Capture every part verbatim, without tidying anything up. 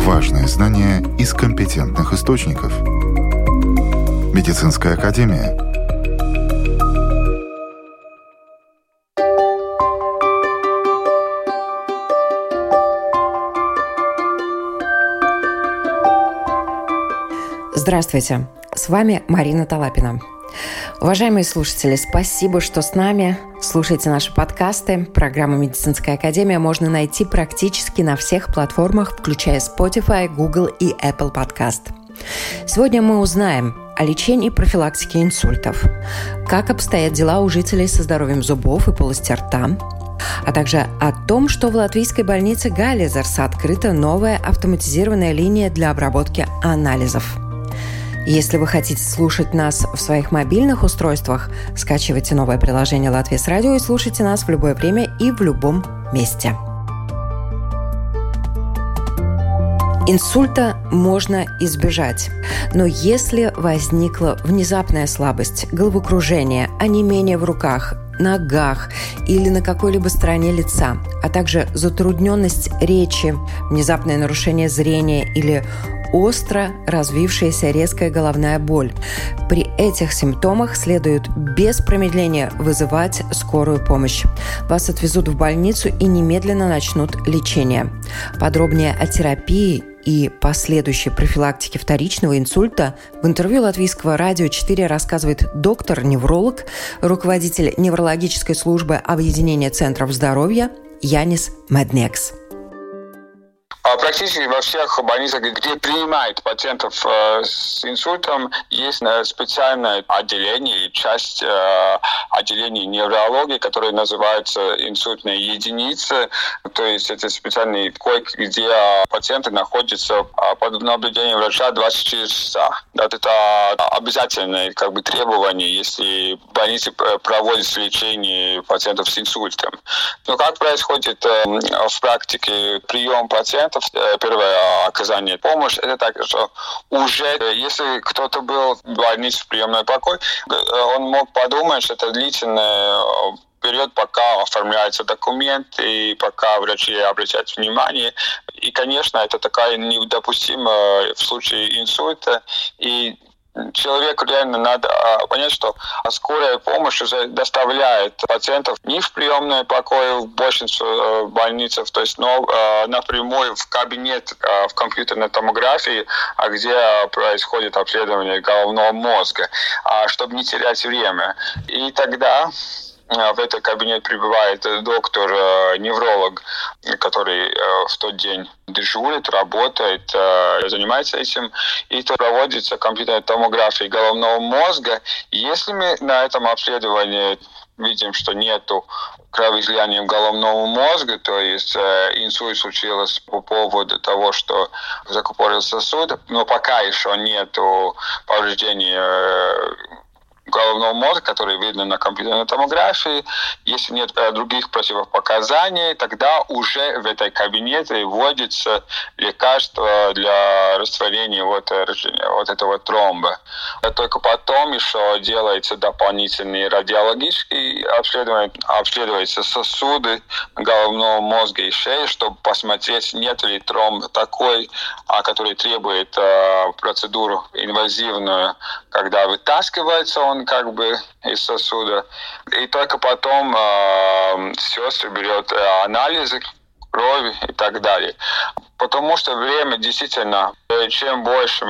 Важные знания из компетентных источников. Медицинская академия. Здравствуйте, с вами Марина Талапина. Уважаемые слушатели, спасибо, что с нами. Слушайте наши подкасты. Программу «Медицинская академия» можно найти практически на всех платформах, включая Spotify, Google и Apple Podcast. Сегодня мы узнаем о лечении и профилактике инсультов, как обстоят дела у жителей со здоровьем зубов и полости рта, а также о том, что в латвийской больнице Галлизерс открыта новая автоматизированная линия для обработки анализов. Если вы хотите слушать нас в своих мобильных устройствах, скачивайте новое приложение «Латвия Радио» и слушайте нас в любое время и в любом месте. Инсульта можно избежать, но если возникла внезапная слабость, головокружение, онемение в руках, ногах или на какой-либо стороне лица, а также затрудненность речи, внезапное нарушение зрения или остро развившаяся резкая головная боль. При этих симптомах следует без промедления вызывать скорую помощь. Вас отвезут в больницу и немедленно начнут лечение. Подробнее о терапии и последующей профилактике вторичного инсульта в интервью Латвийского радио четыре рассказывает доктор-невролог, руководитель неврологической службы Объединения центров здоровья Янис Меднекс. Практически во всех больницах, где принимают пациентов э, с инсультом, есть специальное отделение или часть э, отделения неврологии, которое называется инсультная единица. То есть это специальный койки, где пациенты находятся под наблюдением врача двадцать четыре часа. Это обязательное как бы, требование, если в больнице проводится лечение пациентов с инсультом. Но как происходит э, в практике прием пациентов? Первое оказание помощи, это так, что уже если кто-то был в больнице в приемной покой, он мог подумать, что это длительный период, пока оформляются документы и пока врачи обращают внимание. И, конечно, это такая недопустимая в случае инсульта. И человеку реально надо понять, что скорая помощь уже доставляет пациентов не в приемные покои в большинстве больниц, то есть, но напрямую в кабинет в компьютерной томографии, где происходит обследование головного мозга, чтобы не терять время. И тогда в этот кабинет прибывает доктор-невролог, который в тот день дежурит, работает, занимается этим, и то проводится компьютерная томография головного мозга. Если мы на этом обследовании видим, что нету кровоизлияния головного мозга, то есть инсульт случился по поводу того, что закупорился сосуд, но пока еще нету повреждения головного мозга, который видно на компьютерной томографии. Если нет э, других противопоказаний, тогда уже в этой кабинете вводится лекарство для растворения вот, вот этого тромба. А только потом еще делается дополнительные радиологические обследования, обследуются сосуды головного мозга и шеи, чтобы посмотреть, нет ли тромба такой, а, который требует э, процедуру инвазивную, когда вытаскивается он как бы из сосуда. И только потом э, сестры берет э, анализы крови и так далее. Потому что время действительно, чем больше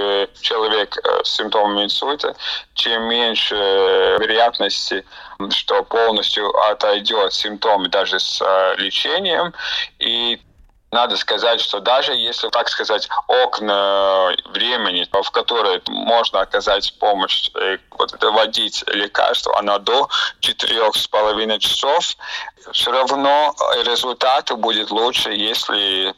человек с симптомами инсульта, чем меньше вероятности, что полностью отойдет симптомы даже с лечением. И надо сказать, что даже если, так сказать, окна времени, в которые можно оказать помощь, вот это вводить лекарство, оно до четырех с половиной часов, все равно результат будет лучше, если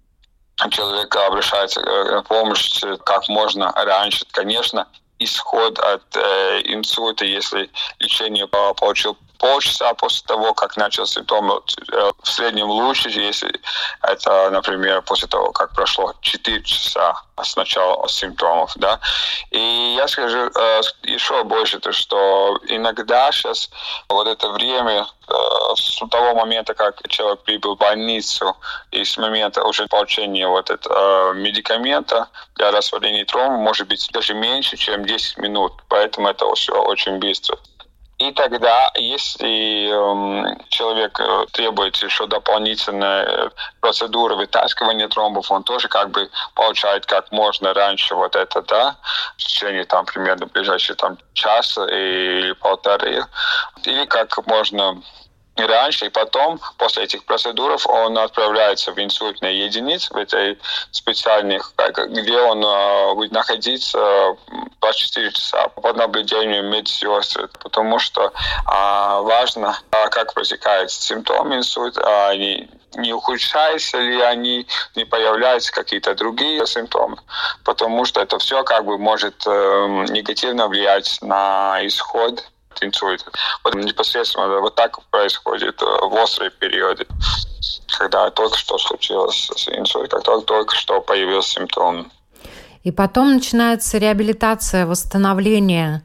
человек обращается на помощь как можно раньше. Конечно, исход от э, инсульта, если лечение получил полчаса после того, как начал симптомы, в среднем лучше, если это, например, после того, как прошло четыре часа с начала симптомов, да. И я скажу еще больше, то, что иногда сейчас вот это время с того момента, как человек прибыл в больницу, и с момента уже получения вот этого медикамента для растворения тромба может быть даже меньше, чем десять минут, поэтому это все очень быстро. И тогда, если э, человек э, требует еще дополнительной э, процедуры вытаскивания тромбов, он тоже как бы получает как можно раньше вот это, да, в течение там примерно ближайшего там часа или полторы, или как можно раньше, и потом, после этих процедур, он отправляется в инсультные единицы, в этой специальных, где он э, будет находиться двадцать четыре часа под наблюдением медсестер, потому что э, важно, э, как протекают симптомы инсульта, они не ухудшаются ли они, не появляются какие-то другие симптомы, потому что это все как бы может э, негативно влиять на исход инсульта. Вот непосредственно вот так происходит в острые периоды, когда только что случилось инсульт, как только, только что появился симптом. И потом начинается реабилитация, восстановление.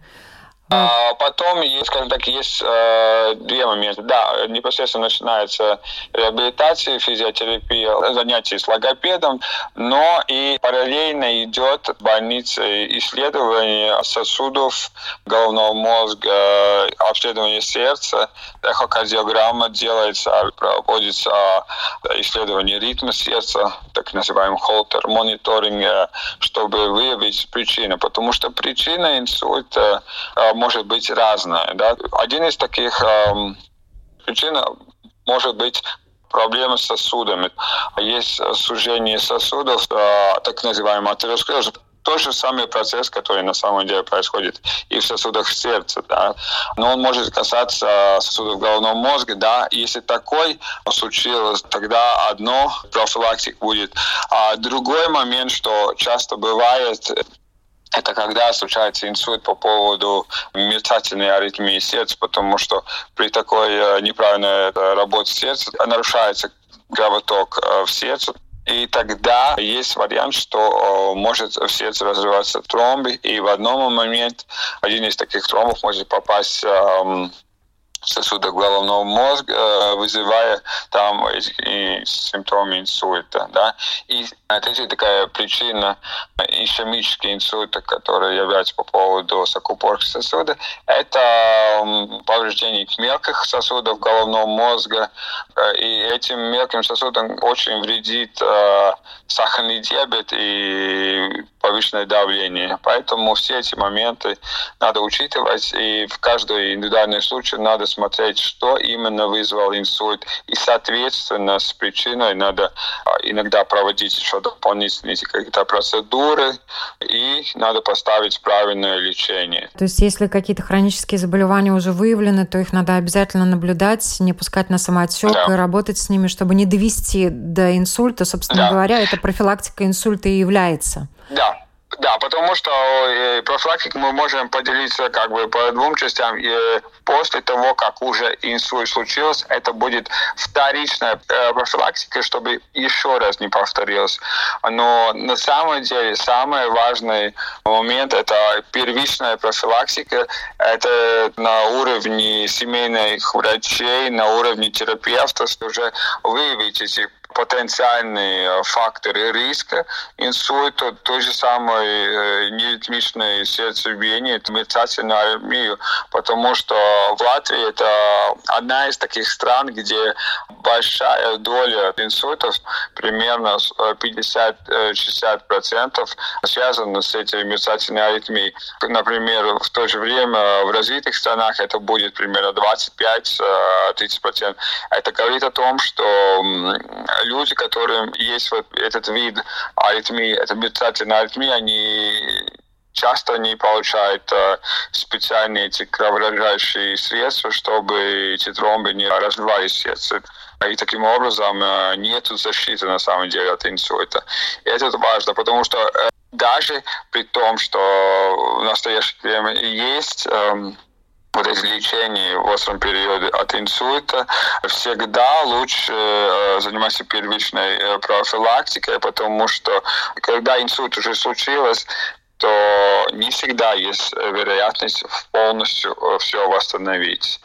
А потом, скажем так, есть э, две моменты. Да, непосредственно начинается реабилитация, физиотерапия, занятия с логопедом, но и параллельно идет в больнице исследование сосудов головного мозга, обследование сердца, эхокардиограмма делается, проводится исследование ритма сердца, так называемый холтер, мониторинг, чтобы выявить причину, потому что причина инсульта может быть разная. Да? Один из таких эм, причин может быть проблемы с сосудами. Есть сужение сосудов, э, так называемый атеросклероз. Тот же самый процесс, который на самом деле происходит и в сосудах сердца, да. Но он может касаться сосудов головного мозга, да. Если такой случилось, тогда одно профилактик будет. А другой момент, что часто бывает, это когда случается инсульт по поводу мерцательной аритмии сердца, потому что при такой неправильной работе сердца нарушается кровоток в сердце. И тогда есть вариант, что может в сердце развиваться тромбы, и в одном моменте один из таких тромбов может попасть в сосудах головного мозга, вызывая там симптомы инсульта. Да? И третья такая причина ишемического инсульта, которая является по поводу сокупорки сосуда, это повреждение мелких сосудов головного мозга. И этим мелким сосудам очень вредит сахарный диабет и повышенное давление. Поэтому все эти моменты надо учитывать, и в каждый индивидуальный случай надо смотреть, что именно вызвал инсульт, и, соответственно, с причиной надо иногда проводить еще дополнительные какие-то процедуры, и надо поставить правильное лечение. То есть, если какие-то хронические заболевания уже выявлены, то их надо обязательно наблюдать, не пускать на самоотсек, да, и работать с ними, чтобы не довести до инсульта. Собственно, да, говоря, это профилактика инсульта и является. Да. Да, потому что профилактику мы можем поделиться как бы по двум частям. И после того, как уже инсульт случился, это будет вторичная профилактика, чтобы еще раз не повторилось. Но на самом деле самый важный момент – это первичная профилактика. Это на уровне семейных врачей, на уровне терапевтов уже выявить эти потенциальные факторы риска инсульта, то же самое неритмичное сердцебиение, мерцательную аритмию, потому что в Латвии это одна из таких стран, где большая доля инсультов, примерно пятьдесят-шестьдесят процентов, связана с этой мерцательной аритмией. Например, в то же время в развитых странах это будет примерно двадцать пять - тридцать процентов. Это говорит о том, что люди, которым есть вот этот вид аритмии, это мерцательная аритмия, они часто не получают э, специальные эти кроворазжижающие средства, чтобы эти тромбы не развивались в сердце. И таким образом э, нет защиты на самом деле от инсульта. И это важно, потому что э, даже при том, что в настоящее время есть э, вот эти лечения в остром периоде от инсульта, всегда лучше э, заниматься первичной э, профилактикой, потому что когда инсульт уже случилось, то не всегда есть вероятность полностью все восстановить.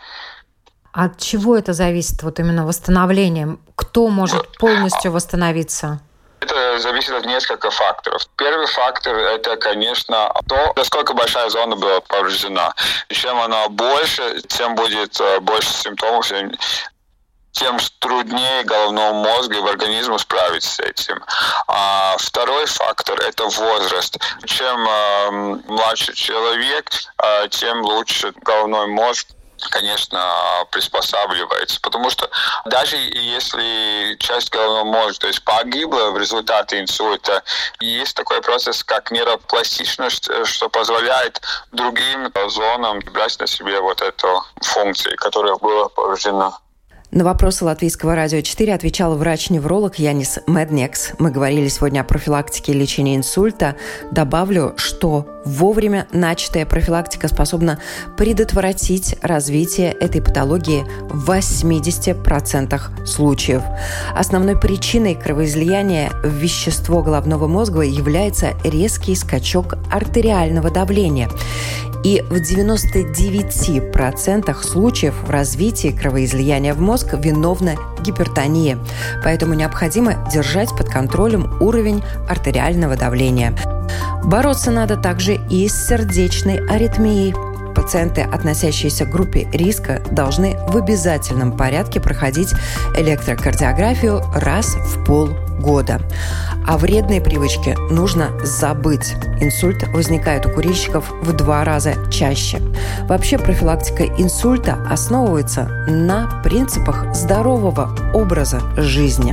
От чего это зависит, вот именно восстановлением? Кто может полностью восстановиться? Это зависит от нескольких факторов. Первый фактор – это, конечно, то, насколько большая зона была повреждена. И чем она больше, тем будет больше симптомов, тем труднее головному мозгу и организму справиться с этим. А второй фактор – это возраст. Чем э, младше человек, э, тем лучше головной мозг, конечно, приспосабливается. Потому что даже если часть головного мозга, то есть погибла в результате инсульта, есть такой процесс, как нейропластичность, что позволяет другим зонам брать на себе вот эту функцию, которая была повреждена. На вопросы Латвийского радио четыре отвечал врач-невролог Янис Меднекс. Мы говорили сегодня о профилактике и лечении инсульта. Добавлю, что вовремя начатая профилактика способна предотвратить развитие этой патологии в восемьдесят процентов случаев. Основной причиной кровоизлияния в вещество головного мозга является резкий скачок артериального давления. И в девяноста девяти процентах случаев в развитии кровоизлияния в мозг виновна гипертония. Поэтому необходимо держать под контролем уровень артериального давления. Бороться надо также и с сердечной аритмией. Пациенты, относящиеся к группе риска, должны в обязательном порядке проходить электрокардиографию раз в полгода. А вредные привычки нужно забыть. Инсульт возникает у курильщиков в два раза чаще. Вообще профилактика инсульта основывается на принципах здорового образа жизни.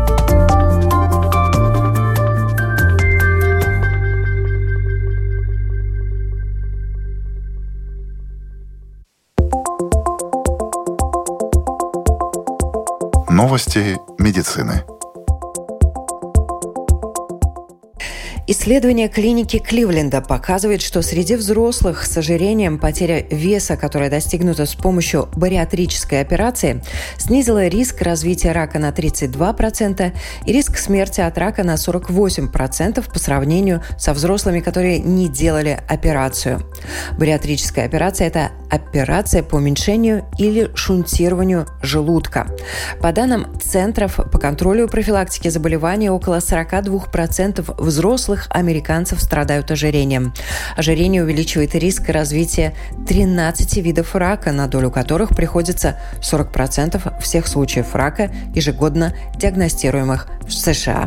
Новости медицины. Исследование клиники Кливленда показывает, что среди взрослых с ожирением потеря веса, которая достигнута с помощью бариатрической операции, снизила риск развития рака на тридцать два процента и риск смерти от рака на сорок восемь процентов по сравнению со взрослыми, которые не делали операцию. Бариатрическая операция – это операция по уменьшению или шунтированию желудка. По данным Центров по контролю и профилактике заболеваний, около сорок два процента взрослых американцев страдают ожирением. Ожирение увеличивает риск развития тринадцати видов рака, на долю которых приходится сорок процентов всех случаев рака, ежегодно диагностируемых в США.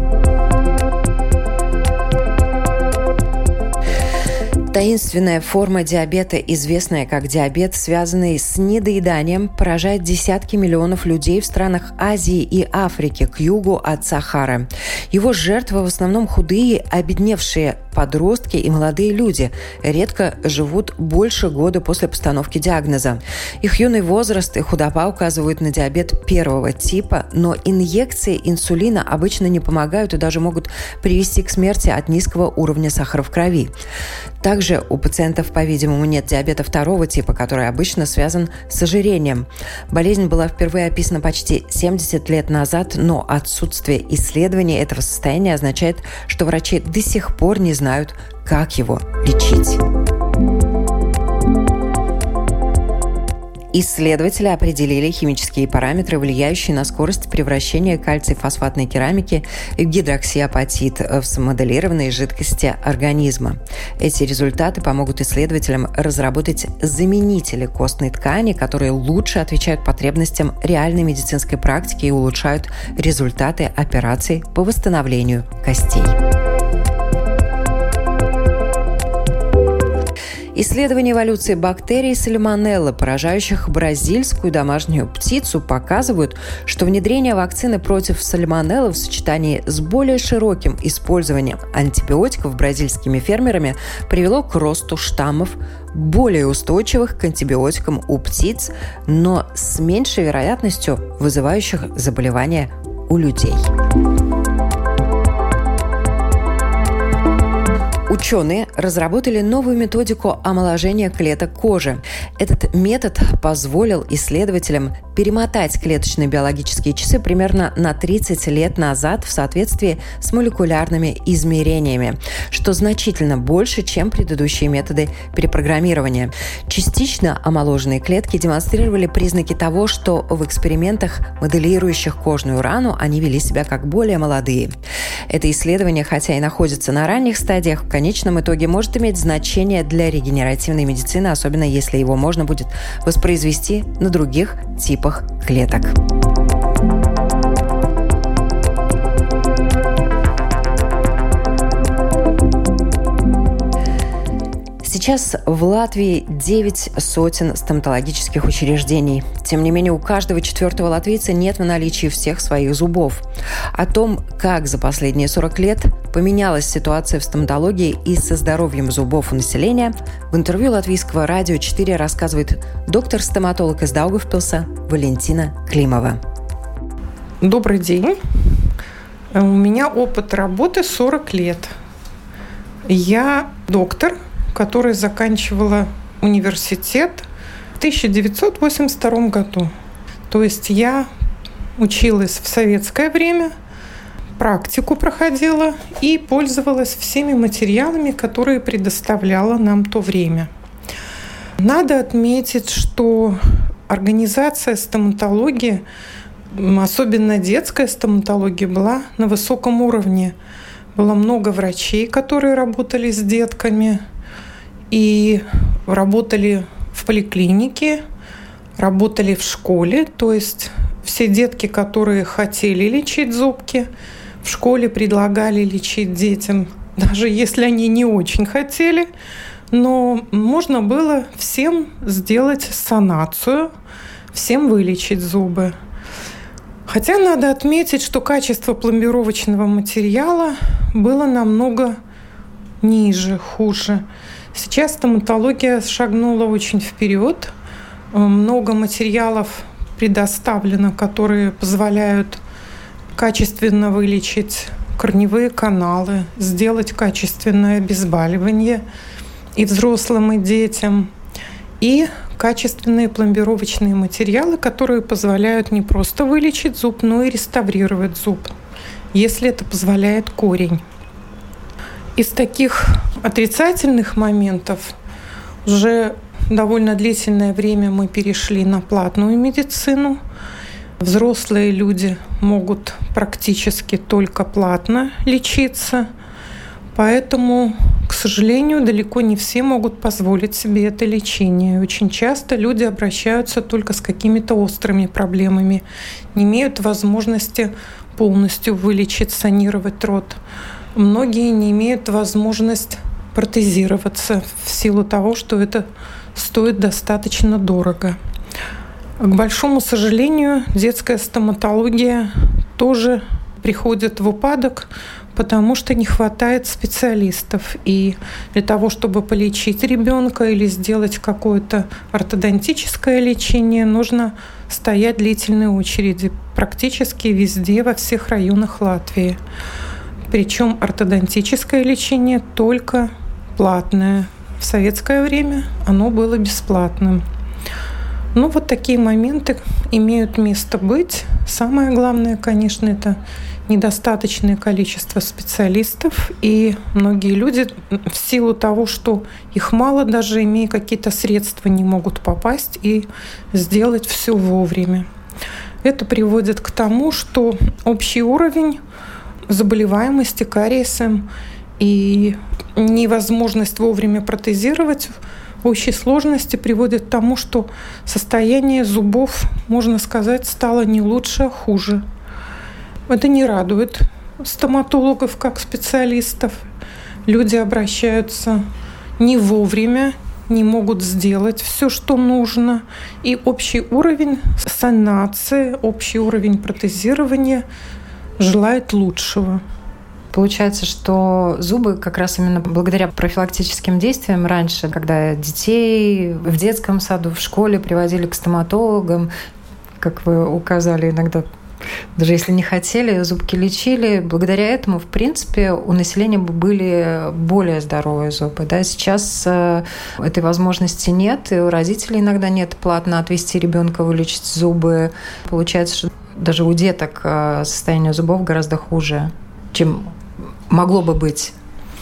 Таинственная форма диабета, известная как диабет, связанный с недоеданием, поражает десятки миллионов людей в странах Азии и Африки к югу от Сахары. Его жертвы в основном худые, обедневшие подростки и молодые люди, редко живут больше года после постановки диагноза. Их юный возраст и худоба указывают на диабет первого типа, но инъекции инсулина обычно не помогают и даже могут привести к смерти от низкого уровня сахара в крови. Также у пациентов, по-видимому, нет диабета второго типа, который обычно связан с ожирением. Болезнь была впервые описана почти семьдесят лет назад, но отсутствие исследований этого состояния означает, что врачи до сих пор не знают, как его лечить. Исследователи определили химические параметры, влияющие на скорость превращения кальций-фосфатной керамики в гидроксиапатит в смоделированной жидкости организма. Эти результаты помогут исследователям разработать заменители костной ткани, которые лучше отвечают потребностям реальной медицинской практики и улучшают результаты операций по восстановлению костей. Исследования эволюции бактерий сальмонеллы, поражающих бразильскую домашнюю птицу, показывают, что внедрение вакцины против сальмонеллы в сочетании с более широким использованием антибиотиков бразильскими фермерами привело к росту штаммов, более устойчивых к антибиотикам у птиц, но с меньшей вероятностью вызывающих заболевания у людей. Ученые разработали новую методику омоложения клеток кожи. Этот метод позволил исследователям перемотать клеточные биологические часы примерно на тридцать лет назад в соответствии с молекулярными измерениями, что значительно больше, чем предыдущие методы перепрограммирования. Частично омоложенные клетки демонстрировали признаки того, что в экспериментах, моделирующих кожную рану, они вели себя как более молодые. Это исследование, хотя и находится на ранних стадиях, в конечном итоге может иметь значение для регенеративной медицины, особенно если его можно будет воспроизвести на других типах клеток. Сейчас в Латвии девять сотен стоматологических учреждений. Тем не менее, у каждого четвертого латвийца нет в наличии всех своих зубов. О том, как за последние сорок лет поменялась ситуация в стоматологии и со здоровьем зубов у населения, в интервью Латвийского радио четыре рассказывает доктор-стоматолог из Даугавпилса Валентина Климова. Добрый день. У меня опыт работы сорок лет. Я доктор, которая заканчивала университет в тысяча девятьсот восемьдесят втором году. То есть я училась в советское время, практику проходила и пользовалась всеми материалами, которые предоставляло нам то время. Надо отметить, что организация стоматологии, особенно детская стоматология, была на высоком уровне. Было много врачей, которые работали с детками, и работали в поликлинике, работали в школе. То есть все детки, которые хотели лечить зубки, в школе предлагали лечить детям, даже если они не очень хотели. Но можно было всем сделать санацию, всем вылечить зубы. Хотя надо отметить, что качество пломбировочного материала было намного ниже, хуже. Сейчас стоматология шагнула очень вперед. Много материалов предоставлено, которые позволяют качественно вылечить корневые каналы, сделать качественное обезболивание и взрослым, и детям. И качественные пломбировочные материалы, которые позволяют не просто вылечить зуб, но и реставрировать зуб, если это позволяет корень. Из таких отрицательных моментов уже довольно длительное время мы перешли на платную медицину. Взрослые люди могут практически только платно лечиться, поэтому, к сожалению, далеко не все могут позволить себе это лечение. Очень часто люди обращаются только с какими-то острыми проблемами, не имеют возможности полностью вылечить, санировать рот. Многие не имеют возможность протезироваться в силу того, что это стоит достаточно дорого. К большому сожалению, детская стоматология тоже приходит в упадок, потому что не хватает специалистов. И для того, чтобы полечить ребенка или сделать какое-то ортодонтическое лечение, нужно стоять длительные очереди практически везде, во всех районах Латвии. Причем ортодонтическое лечение только платное. В советское время оно было бесплатным. Ну, вот такие моменты имеют место быть. Самое главное, конечно, это недостаточное количество специалистов. И многие люди в силу того, что их мало, даже имея какие-то средства, не могут попасть и сделать все вовремя. Это приводит к тому, что общий уровень заболеваемости кариесом и невозможность вовремя протезировать в общей сложности приводит к тому, что состояние зубов, можно сказать, стало не лучше, а хуже. Это не радует стоматологов как специалистов. Люди обращаются не вовремя, не могут сделать все, что нужно. И общий уровень санации, общий уровень протезирования желает лучшего. Получается, что зубы как раз именно благодаря профилактическим действиям раньше, когда детей в детском саду, в школе приводили к стоматологам, как вы указали, иногда Даже если не хотели, зубки лечили. Благодаря этому, в принципе, у населения были более здоровые зубы. Да? Сейчас э, этой возможности нет, и у родителей иногда нет платно отвезти ребенка вылечить зубы. Получается, что даже у деток э, состояние зубов гораздо хуже, чем могло бы быть.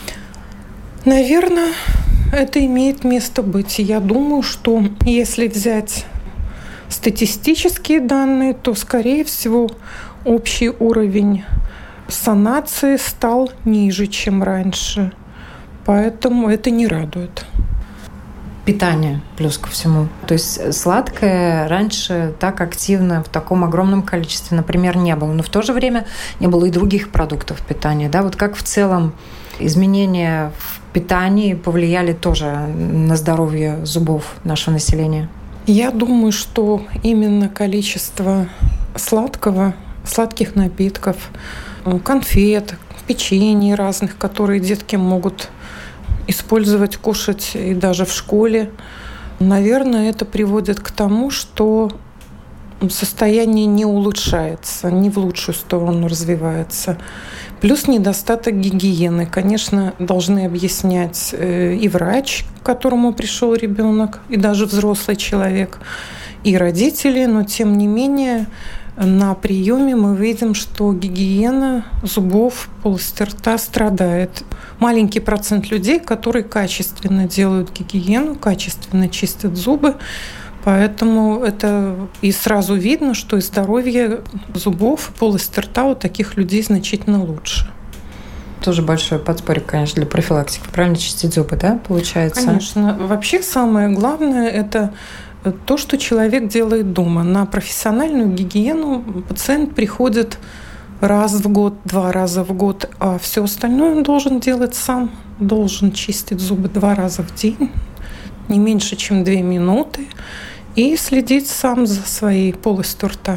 Наверное, это имеет место быть. Я думаю, что если взять статистические данные, то, скорее всего, общий уровень санации стал ниже, чем раньше. Поэтому это не радует. Питание плюс ко всему. То есть сладкое раньше так активно, в таком огромном количестве, например, не было. Но в то же время не было и других продуктов питания. Да? Вот как в целом изменения в питании повлияли тоже на здоровье зубов нашего населения? Я думаю, что именно количество сладкого, сладких напитков, конфет, печенье разных, которые детки могут использовать, кушать и даже в школе, наверное, это приводит к тому, что состояние не улучшается, не в лучшую сторону развивается. Плюс недостаток гигиены. Конечно, должны объяснять и врач, к которому пришел ребенок, и даже взрослый человек, и родители, но тем не менее на приеме мы видим, что гигиена зубов, полости рта страдает. Маленький процент людей, которые качественно делают гигиену, качественно чистят зубы, поэтому это и сразу видно, что и здоровье зубов, полости рта у таких людей значительно лучше. Тоже большое подспорье, конечно, для профилактики. Правильно чистить зубы, да, получается? Конечно. Вообще самое главное – это то, что человек делает дома. На профессиональную гигиену пациент приходит раз в год, два раза в год, а все остальное он должен делать сам. Должен чистить зубы два раза в день, не меньше, чем две минуты, и следить сам за своей полостью рта.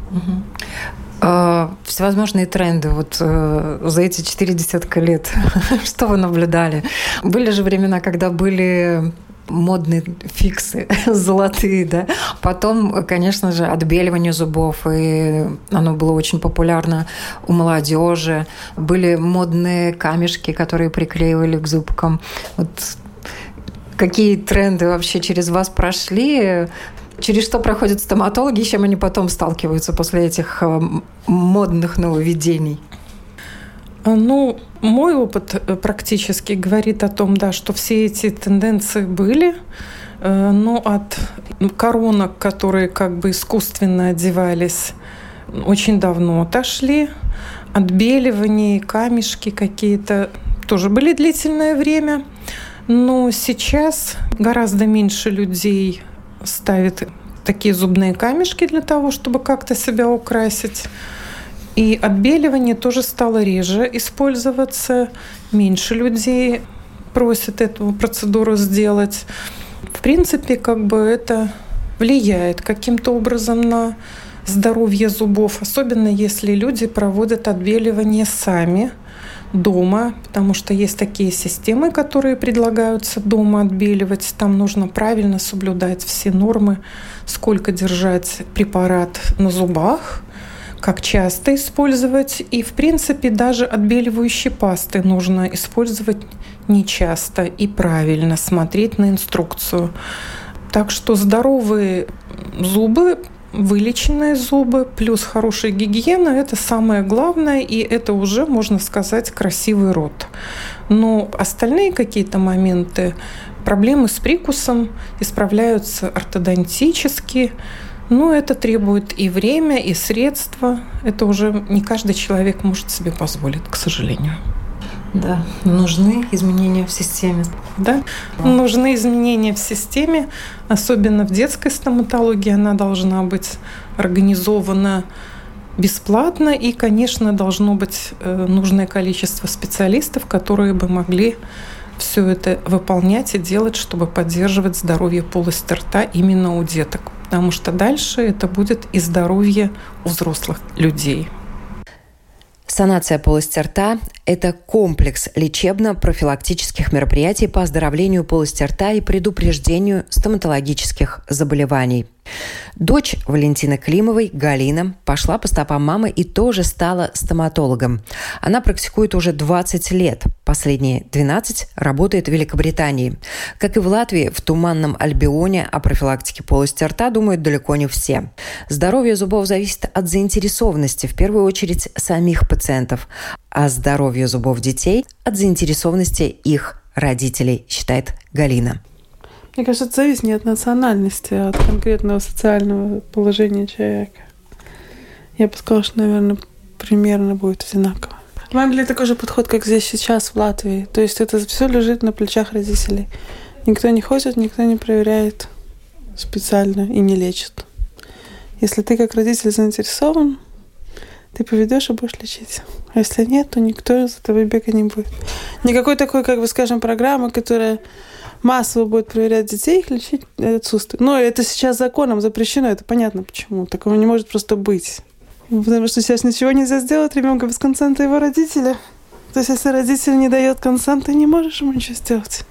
Угу. Всевозможные тренды вот за эти четыре десятка лет. Что вы наблюдали? Были же времена, когда были модные фиксы золотые, да. Потом, конечно же, отбеливание зубов, и оно было очень популярно у молодежи. Были модные камешки, которые приклеивали к зубкам. Вот какие тренды вообще через вас прошли? Через что проходят стоматологи, с чем они потом сталкиваются после этих модных нововведений? Ну, мой опыт практически говорит о том, да, что все эти тенденции были, но от коронок, которые как бы искусственно одевались, очень давно отошли. Отбеливания, камешки какие-то тоже были длительное время, но сейчас гораздо меньше людей ставят такие зубные камешки для того, чтобы как-то себя украсить. И отбеливание тоже стало реже использоваться. Меньше людей просят эту процедуру сделать. В принципе, как бы это влияет каким-то образом на здоровье зубов, особенно если люди проводят отбеливание сами дома, потому что есть такие системы, которые предлагаются дома отбеливать. Там нужно правильно соблюдать все нормы, сколько держать препарат на зубах, как часто использовать. И, в принципе, даже отбеливающие пасты нужно использовать нечасто и правильно, смотреть на инструкцию. Так что здоровые зубы, вылеченные зубы, плюс хорошая гигиена – это самое главное, и это уже, можно сказать, красивый рот. Но остальные какие-то моменты, проблемы с прикусом исправляются ортодонтически. Но это требует и время, и средства. Это уже не каждый человек может себе позволить, к сожалению. Да, нужны изменения в системе. Да, нужны изменения в системе, особенно в детской стоматологии. Она должна быть организована бесплатно, и, конечно, должно быть нужное количество специалистов, которые бы могли все это выполнять и делать, чтобы поддерживать здоровье полости рта именно у деток. Потому что дальше это будет и здоровье у взрослых людей. Санация полости рта – это комплекс лечебно-профилактических мероприятий по оздоровлению полости рта и предупреждению стоматологических заболеваний. Дочь Валентины Климовой, Галина, пошла по стопам мамы и тоже стала стоматологом. Она практикует уже двадцать лет. Последние двенадцать работает в Великобритании. Как и в Латвии, в Туманном Альбионе о профилактике полости рта думают далеко не все. Здоровье зубов зависит от заинтересованности, в первую очередь, самих пациентов, а здоровье зубов детей – от заинтересованности их родителей, считает Галина. Мне кажется, это зависит не от национальности, а от конкретного социального положения человека. Я бы сказала, что, наверное, примерно будет одинаково. В Англии такой же подход, как здесь сейчас, в Латвии. То есть это все лежит на плечах родителей. Никто не ходит, никто не проверяет специально и не лечит. Если ты как родитель заинтересован, ты поведешь и будешь лечить. А если нет, то никто из этого бега не будет. Никакой такой, как бы, скажем, программы, которая массово будет проверять детей, их лечить отсутствует. Но это сейчас законом запрещено, это понятно почему. Такого не может просто быть. Потому что сейчас ничего нельзя сделать ребенка без консента его родителя. То есть, если родитель не дает консент, ты не можешь ему ничего сделать.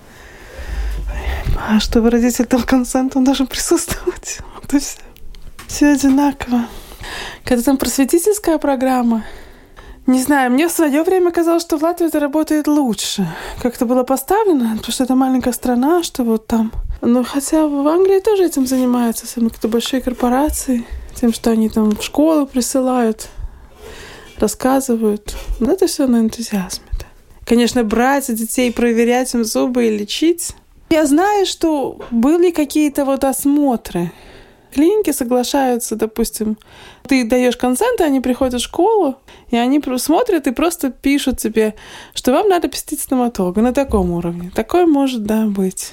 А чтобы родитель дал консент, он должен присутствовать. Вот и все. Все одинаково. Когда там просветительская программа, не знаю, мне в свое время казалось, что в Латвии это работает лучше. Как-то было поставлено, потому что это маленькая страна, что вот там. Но хотя в Англии тоже этим занимаются, особенно какие-то большие корпорации, тем, что они там в школу присылают, рассказывают. Но это все на энтузиазме. Да. Конечно, брать детей, проверять им зубы и лечить. Я знаю, что были какие-то вот осмотры. Клиники соглашаются, допустим, ты даешь консент, они приходят в школу, и они смотрят и просто пишут тебе, что вам надо посетить стоматолога на таком уровне. Такое может, да, быть.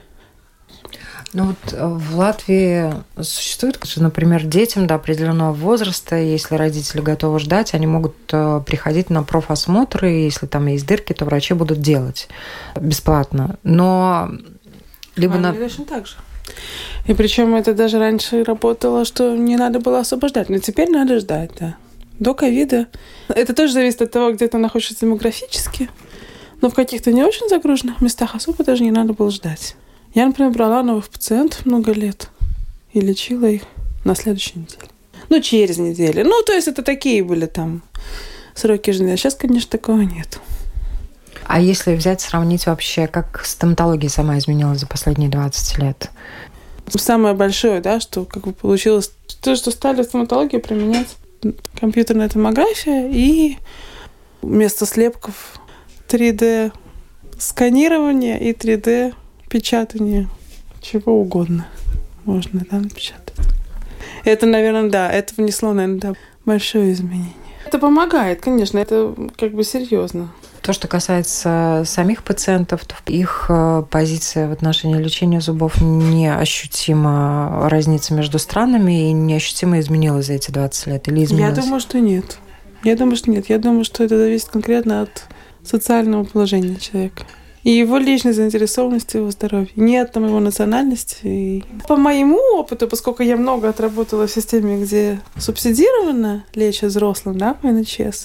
Ну вот в Латвии существует, например, детям до определенного возраста, если родители готовы ждать, они могут приходить на профосмотры, и если там есть дырки, то врачи будут делать бесплатно. Но либо а, на... точно так же. И причем это даже раньше работало, что не надо было особо ждать. Но теперь надо ждать, да. До ковида. Это тоже зависит от того, где ты находишься демографически. Но в каких-то не очень загруженных местах особо даже не надо было ждать. Я, например, брала новых пациентов много лет и лечила их на следующей неделе. Ну, через неделю. Ну, то есть это такие были там сроки жизни. А сейчас, конечно, такого нет. А если взять, сравнить вообще, как стоматология сама изменилась за последние двадцать лет? Самое большое, да, что как бы получилось, то, что стали в стоматологии применять компьютерная томография и вместо слепков три дэ сканирование и три дэ печатание чего угодно можно, да, напечатать. Это, наверное, да, это внесло, наверное, да, большое изменение. Это помогает, конечно, это как бы серьезно. То, что касается самих пациентов, то их позиция в отношении лечения зубов неощутимо разница между странами и неощутимо изменилась за эти двадцать лет или изменилась? Я думаю, что нет. Я думаю, что нет. Я думаю, что это зависит конкретно от социального положения человека. И его личной заинтересованности в его здоровье. Не от там, его национальности. И... По моему опыту, поскольку я много отработала в системе, где субсидированно лечат взрослым, да, по эн эйч эс,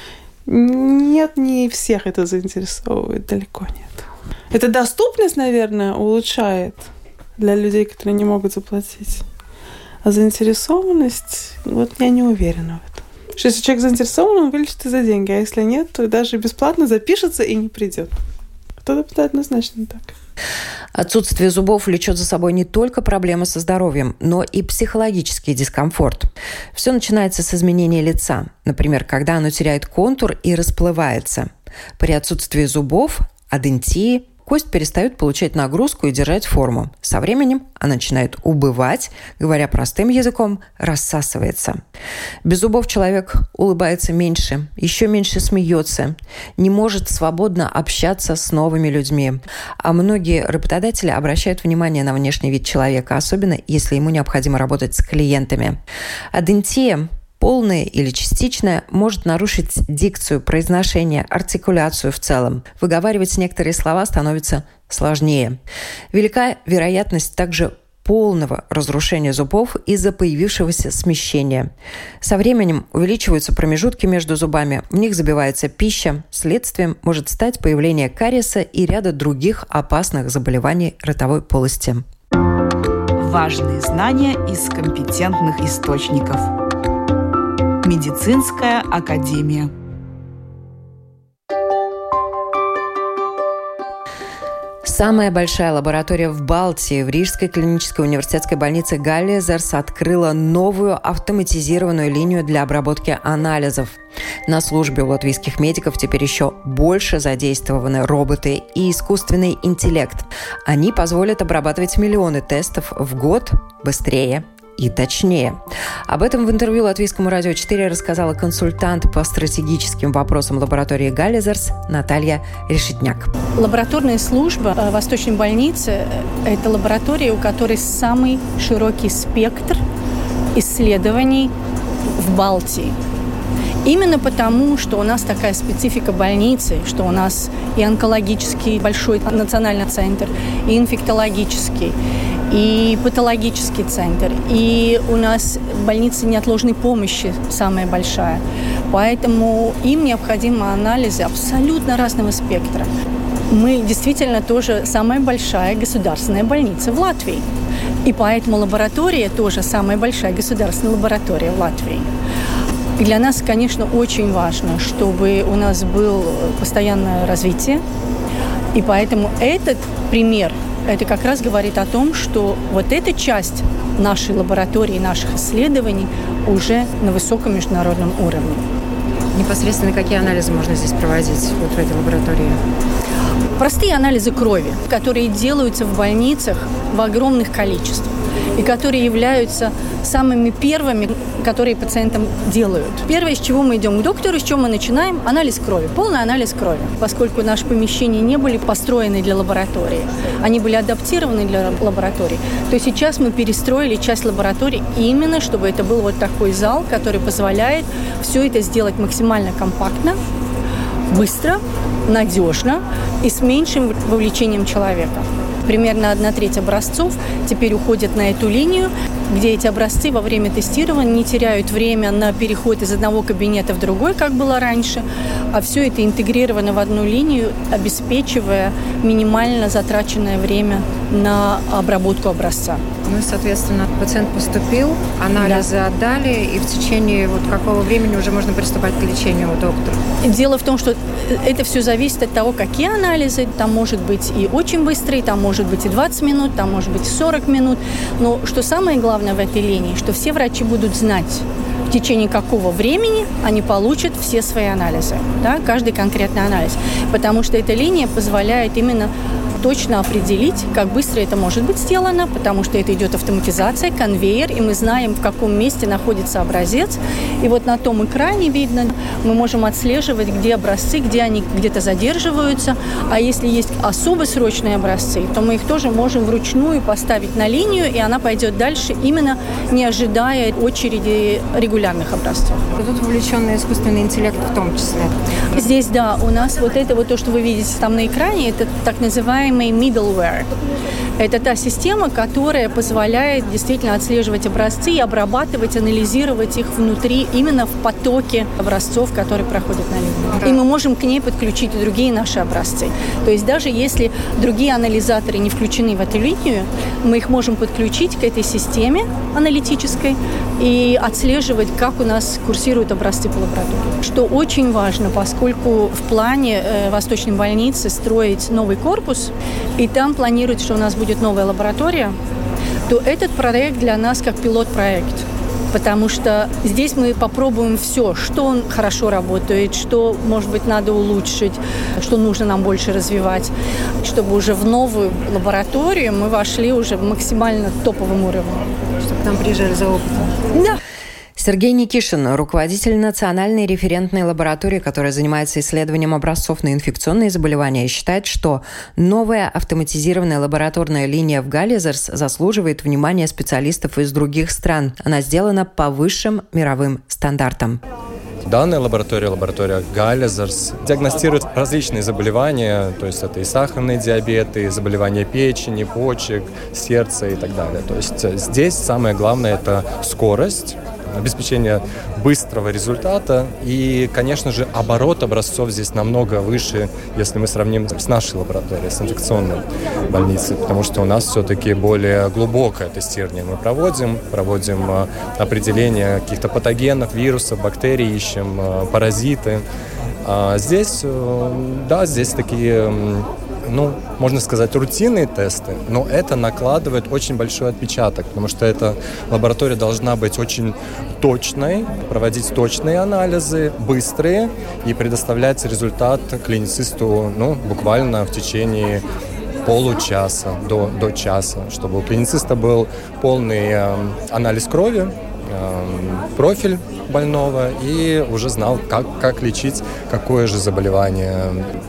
нет, не всех это заинтересовывает, далеко нет. Эта доступность, наверное, улучшает для людей, которые не могут заплатить. А заинтересованность, вот я не уверена в этом. Что если человек заинтересован, он вылечит и за деньги, а если нет, то даже бесплатно запишется и не придет. Кто-то пытается однозначно так. Отсутствие зубов влечет за собой не только проблемы со здоровьем, но и психологический дискомфорт. Все начинается с изменения лица. Например, когда оно теряет контур и расплывается. При отсутствии зубов, адентии, кость перестает получать нагрузку и держать форму. Со временем она начинает убывать, говоря простым языком, рассасывается. Без зубов человек улыбается меньше, еще меньше смеется, не может свободно общаться с новыми людьми. А многие работодатели обращают внимание на внешний вид человека, особенно если ему необходимо работать с клиентами. Адентия, полная или частичная, может нарушить дикцию, произношение, артикуляцию в целом. Выговаривать некоторые слова становится сложнее. Велика вероятность также полного разрушения зубов из-за появившегося смещения. Со временем увеличиваются промежутки между зубами, в них забивается пища. Следствием может стать появление кариеса и ряда других опасных заболеваний ротовой полости. Важные знания из компетентных источников. Медицинская академия. Самая большая лаборатория в Балтии в Рижской клинической университетской больнице Галлезерс открыла новую автоматизированную линию для обработки анализов. На службе у латвийских медиков теперь еще больше задействованы роботы и искусственный интеллект. Они позволят обрабатывать миллионы тестов в год быстрее и точнее. Об этом в интервью Латвийскому радио четыре рассказала консультант по стратегическим вопросам лаборатории Галлезерс Наталья Решетняк. Лабораторная служба Восточной больницы – это лаборатория, у которой самый широкий спектр исследований в Балтии. Именно потому, что у нас такая специфика больницы, что у нас и онкологический большой национальный центр, и инфектологический, и патологический центр, и у нас больница неотложной помощи самая большая. Поэтому им необходимы анализы абсолютно разного спектра. Мы действительно тоже самая большая государственная больница в Латвии. И поэтому лаборатория тоже самая большая государственная лаборатория в Латвии. И для нас, конечно, очень важно, чтобы у нас было постоянное развитие. И поэтому этот пример, это как раз говорит о том, что вот эта часть нашей лаборатории, наших исследований уже на высоком международном уровне. Непосредственно какие анализы можно здесь проводить вот в этой лаборатории? Простые анализы крови, которые делаются в больницах в огромных количествах и которые являются самыми первыми, которые пациентам делают. Первое, с чего мы идем к доктору, с чего мы начинаем – анализ крови, полный анализ крови. Поскольку наши помещения не были построены для лаборатории, они были адаптированы для лаборатории, то сейчас мы перестроили часть лаборатории именно, чтобы это был вот такой зал, который позволяет все это сделать максимально компактно, быстро, надежно и с меньшим вовлечением человека. Примерно одна треть образцов теперь уходит на эту линию, где эти образцы во время тестирования не теряют время на переход из одного кабинета в другой, как было раньше, а все это интегрировано в одну линию, обеспечивая минимально затраченное время на обработку образца. Ну и, соответственно, пациент поступил, анализы да. отдали, и в течение вот какого времени уже можно приступать к лечению у доктора? Дело в том, что это все зависит от того, какие анализы. Там может быть и очень быстрые, там может быть и двадцать минут, там может быть и сорок минут. Но что самое главное в этой линии, что все врачи будут знать, в течение какого времени они получат все свои анализы, да, каждый конкретный анализ. Потому что эта линия позволяет именно точно определить, как быстро это может быть сделано, потому что это идет автоматизация, конвейер, и мы знаем, в каком месте находится образец. И вот на том экране видно, мы можем отслеживать, где образцы, где они где-то задерживаются. А если есть особо срочные образцы, то мы их тоже можем вручную поставить на линию, и она пойдет дальше, именно не ожидая очереди регулярных образцов. Тут вовлеченный искусственный интеллект в том числе. Здесь, да, у нас вот это вот то, что вы видите там на экране, это так называемый middleware. Это та система, которая позволяет действительно отслеживать образцы и обрабатывать, анализировать их внутри, именно в потоке образцов, которые проходят на линию. Да. И мы можем к ней подключить и другие наши образцы. То есть даже если другие анализаторы не включены в эту линию, мы их можем подключить к этой системе аналитической и отслеживать, как у нас курсируют образцы по лаборатории. Что очень важно, поскольку в плане э, Восточной больницы строить новый корпус, и там планируется, что у нас будет новая лаборатория, то этот проект для нас как пилот-проект. Потому что здесь мы попробуем все, что он хорошо работает, что, может быть, надо улучшить, что нужно нам больше развивать, чтобы уже в новую лабораторию мы вошли уже в максимально топовом уровне. Чтобы к нам приезжали за опытом. Да. Сергей Никишин, руководитель национальной референтной лаборатории, которая занимается исследованием образцов на инфекционные заболевания, считает, что новая автоматизированная лабораторная линия в Галлезерс заслуживает внимания специалистов из других стран. Она сделана по высшим мировым стандартам. Данная лаборатория, лаборатория Галлезерс, диагностирует различные заболевания, то есть это и сахарный диабет, и заболевания печени, почек, сердца и так далее. То есть здесь самое главное – это скорость, обеспечение быстрого результата. И, конечно же, оборот образцов здесь намного выше, если мы сравним с нашей лабораторией, с инфекционной больницей, потому что у нас все-таки более глубокое тестирование мы проводим, проводим определение каких-то патогенов, вирусов, бактерий, ищем паразиты. А здесь, да, здесь такие, ну, можно сказать, рутинные тесты, но это накладывает очень большой отпечаток, потому что эта лаборатория должна быть очень точной, проводить точные анализы, быстрые и предоставлять результат клиницисту, ну, буквально в течение получаса до, до часа, чтобы у клинициста был полный э, анализ крови, э, профиль больного и уже знал, как, как лечить, какое же заболевание.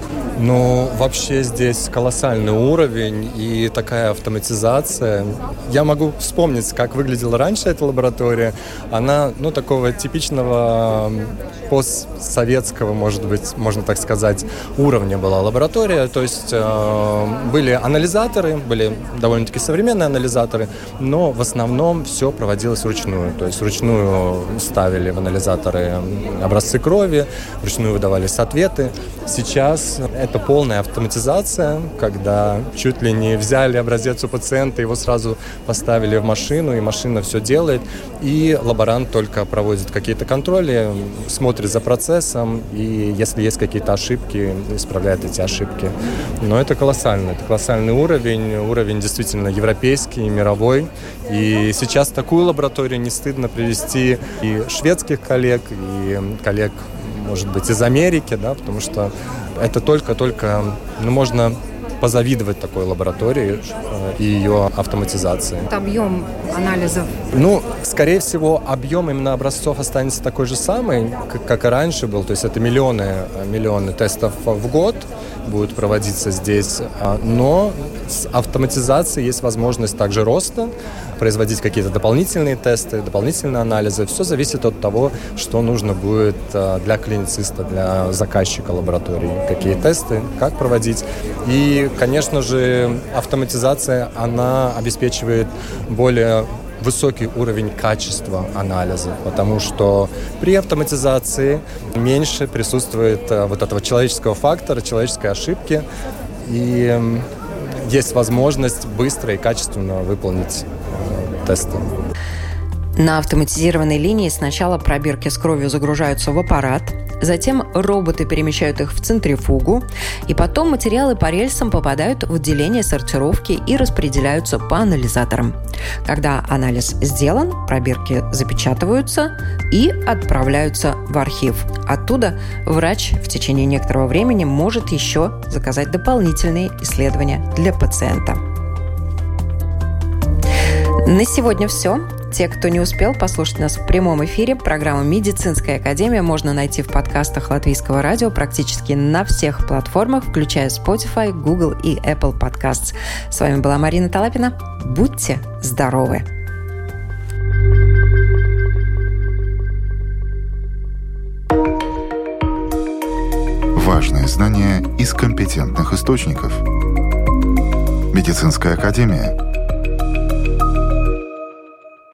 Ну, вообще здесь колоссальный уровень и такая автоматизация. Я могу вспомнить, как выглядела раньше эта лаборатория. Она, ну, такого типичного постсоветского, может быть, можно так сказать, уровня была лаборатория. То есть э, были анализаторы, были довольно-таки современные анализаторы, но в основном все проводилось вручную. То есть вручную ставили в анализаторы образцы крови, вручную выдавались ответы. Сейчас это полная автоматизация, когда чуть ли не взяли образец у пациента, его сразу поставили в машину, и машина все делает, и лаборант только проводит какие-то контроли, смотрит за процессом, и если есть какие-то ошибки, исправляет эти ошибки. Но это колоссально, это колоссальный уровень, уровень действительно европейский, мировой, и сейчас такую лабораторию не стыдно привести и шведских коллег, и коллег, может быть, из Америки, да, потому что это только-только, ну, можно позавидовать такой лаборатории и ее автоматизации. Объем анализов? Ну, скорее всего, объем именно образцов останется такой же самый, как, как и раньше был. То есть это миллионы, миллионы тестов в год будут проводиться здесь. Но с автоматизацией есть возможность также роста, производить какие-то дополнительные тесты, дополнительные анализы. Все зависит от того, что нужно будет для клинициста, для заказчика лаборатории. Какие тесты, как проводить. И, конечно же, автоматизация, она обеспечивает более высокий уровень качества анализа, потому что при автоматизации меньше присутствует вот этого человеческого фактора, человеческой ошибки, и есть возможность быстро и качественно выполнить тесты. На автоматизированной линии сначала пробирки с кровью загружаются в аппарат, затем роботы перемещают их в центрифугу, и потом материалы по рельсам попадают в отделение сортировки и распределяются по анализаторам. Когда анализ сделан, пробирки запечатываются и отправляются в архив. Оттуда врач в течение некоторого времени может еще заказать дополнительные исследования для пациента. На сегодня все. Те, кто не успел послушать нас в прямом эфире, программу «Медицинская академия» можно найти в подкастах Латвийского радио практически на всех платформах, включая Spotify, Google и Apple Podcasts. С вами была Марина Талапина. Будьте здоровы! Важные знания из компетентных источников. Медицинская академия.